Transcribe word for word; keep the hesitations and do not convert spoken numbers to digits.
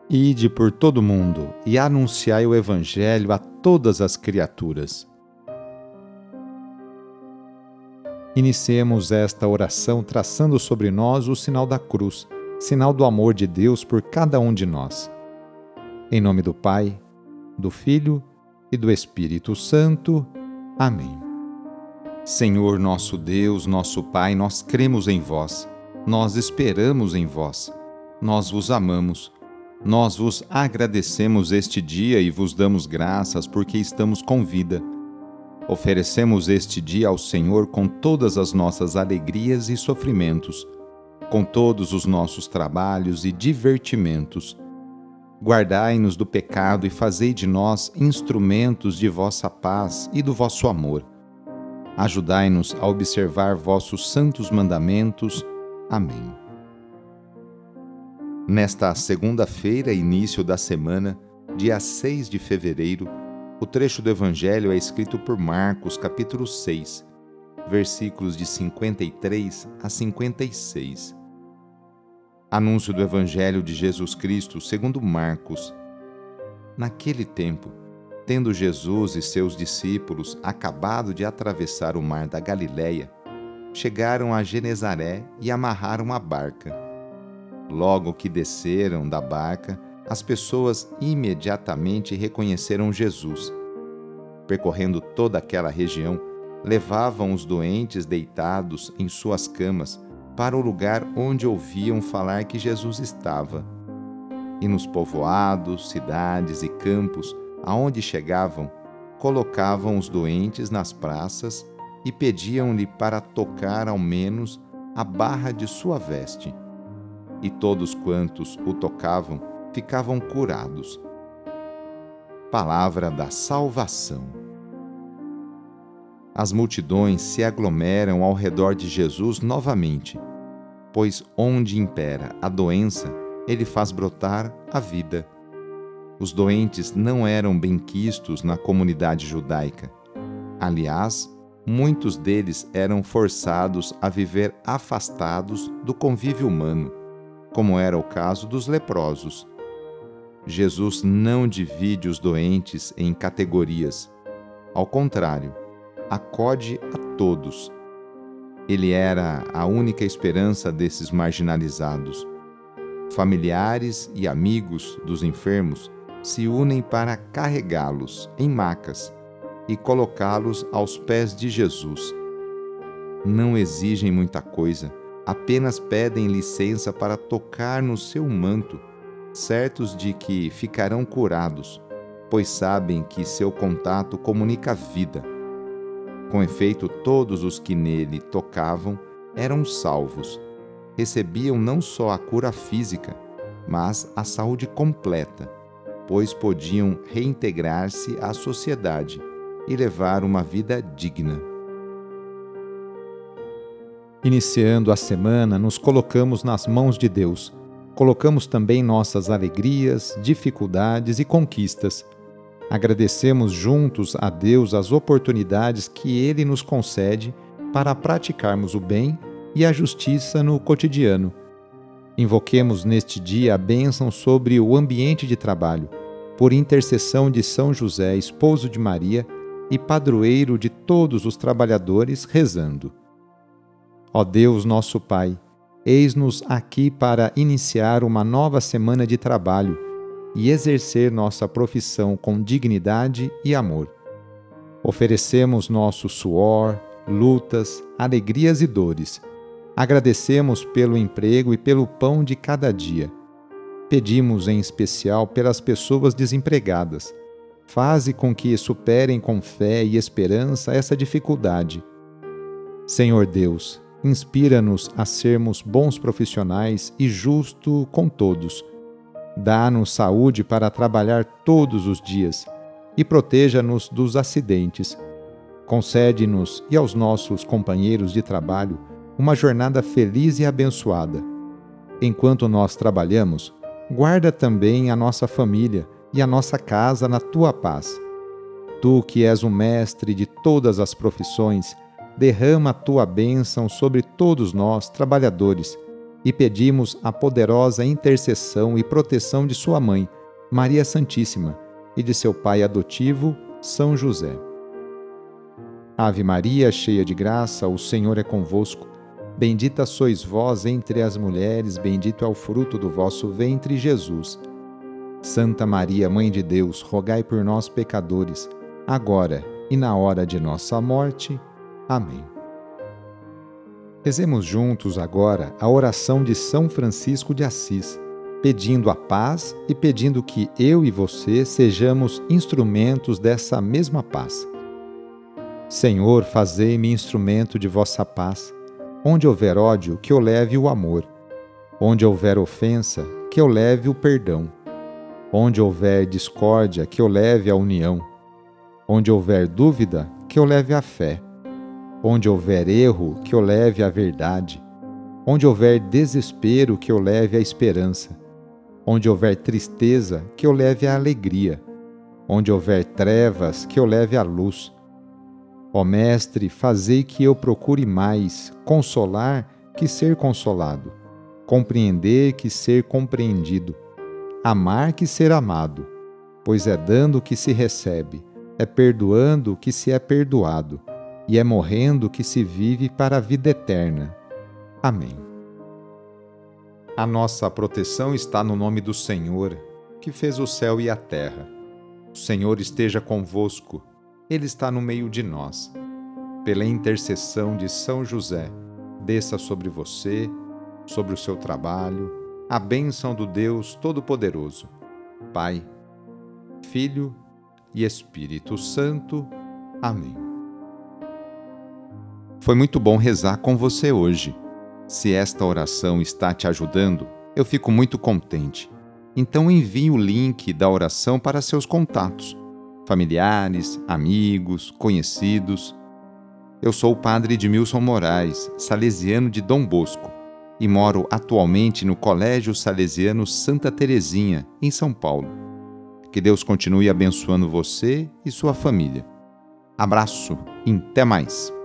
Ide por todo o mundo e anunciai o Evangelho a todas as criaturas. Iniciemos esta oração traçando sobre nós o sinal da cruz, sinal do amor de Deus por cada um de nós. Em nome do Pai, do Filho e do Espírito Santo. Amém. Senhor nosso Deus, nosso Pai, nós cremos em vós, nós esperamos em vós, nós vos amamos. Nós vos agradecemos este dia e vos damos graças porque estamos com vida. Oferecemos este dia ao Senhor com todas as nossas alegrias e sofrimentos, com todos os nossos trabalhos e divertimentos. Guardai-nos do pecado e fazei de nós instrumentos de vossa paz e do vosso amor. Ajudai-nos a observar vossos santos mandamentos. Amém. Nesta segunda-feira, início da semana, dia seis de fevereiro, o trecho do Evangelho é escrito por Marcos, capítulo seis, versículos de cinquenta e três a cinquenta e seis. Anúncio do Evangelho de Jesus Cristo segundo Marcos. Naquele tempo, tendo Jesus e seus discípulos acabado de atravessar o mar da Galileia, chegaram a Genezaré e amarraram a barca. Logo que desceram da barca, as pessoas imediatamente reconheceram Jesus. Percorrendo toda aquela região, levavam os doentes deitados em suas camas para o lugar onde ouviam falar que Jesus estava. E nos povoados, cidades e campos, aonde chegavam, colocavam os doentes nas praças e pediam-lhe para tocar ao menos a barra de sua veste. E todos quantos o tocavam ficavam curados. Palavra da salvação. As multidões se aglomeram ao redor de Jesus novamente, pois onde impera a doença, ele faz brotar a vida. Os doentes não eram benquistos na comunidade judaica. Aliás, muitos deles eram forçados a viver afastados do convívio humano, como era o caso dos leprosos. Jesus não divide os doentes em categorias. Ao contrário, acode a todos. Ele era a única esperança desses marginalizados. Familiares e amigos dos enfermos se unem para carregá-los em macas e colocá-los aos pés de Jesus. Não exigem muita coisa, apenas pedem licença para tocar no seu manto, certos de que ficarão curados, pois sabem que seu contato comunica vida. Com efeito, todos os que nele tocavam eram salvos. Recebiam não só a cura física, mas a saúde completa, pois podiam reintegrar-se à sociedade e levar uma vida digna. Iniciando a semana, nos colocamos nas mãos de Deus. Colocamos também nossas alegrias, dificuldades e conquistas. Agradecemos juntos a Deus as oportunidades que Ele nos concede para praticarmos o bem e a justiça no cotidiano. Invoquemos neste dia a bênção sobre o ambiente de trabalho, por intercessão de São José, esposo de Maria e padroeiro de todos os trabalhadores, rezando. Ó Deus, nosso Pai, eis-nos aqui para iniciar uma nova semana de trabalho e exercer nossa profissão com dignidade e amor. Oferecemos nosso suor, lutas, alegrias e dores. Agradecemos pelo emprego e pelo pão de cada dia. Pedimos em especial pelas pessoas desempregadas. Faze com que superem com fé e esperança essa dificuldade. Senhor Deus, inspira-nos a sermos bons profissionais e justo com todos. Dá-nos saúde para trabalhar todos os dias e proteja-nos dos acidentes. Concede-nos e aos nossos companheiros de trabalho uma jornada feliz e abençoada. Enquanto nós trabalhamos, guarda também a nossa família e a nossa casa na tua paz. Tu que és o mestre de todas as profissões, derrama a tua bênção sobre todos nós, trabalhadores, e pedimos a poderosa intercessão e proteção de sua mãe, Maria Santíssima, e de seu pai adotivo, São José. Ave Maria, cheia de graça, o Senhor é convosco. Bendita sois vós entre as mulheres, bendito é o fruto do vosso ventre, Jesus. Santa Maria, Mãe de Deus, rogai por nós, pecadores, agora e na hora de nossa morte. Amém. Rezemos juntos agora a oração de São Francisco de Assis, pedindo a paz e pedindo que eu e você sejamos instrumentos dessa mesma paz. Senhor, fazei-me instrumento de vossa paz. Onde houver ódio, que eu leve o amor. Onde houver ofensa, que eu leve o perdão. Onde houver discórdia, que eu leve a união. Onde houver dúvida, que eu leve a fé. Onde houver erro, que eu leve a verdade. Onde houver desespero, que eu leve a esperança. Onde houver tristeza, que eu leve a alegria. Onde houver trevas, que eu leve a luz. Ó Mestre, fazei que eu procure mais consolar que ser consolado, compreender que ser compreendido, amar que ser amado, pois é dando que se recebe, é perdoando que se é perdoado, e é morrendo que se vive para a vida eterna. Amém. A nossa proteção está no nome do Senhor, que fez o céu e a terra. O Senhor esteja convosco, Ele está no meio de nós. Pela intercessão de São José, desça sobre você, sobre o seu trabalho, a bênção do Deus Todo-Poderoso, Pai, Filho e Espírito Santo. Amém. Foi muito bom rezar com você hoje. Se esta oração está te ajudando, eu fico muito contente. Então envie o link da oração para seus contatos, familiares, amigos, conhecidos. Eu sou o padre Edmilson Moraes, salesiano de Dom Bosco, e moro atualmente no Colégio Salesiano Santa Terezinha, em São Paulo. Que Deus continue abençoando você e sua família. Abraço e até mais!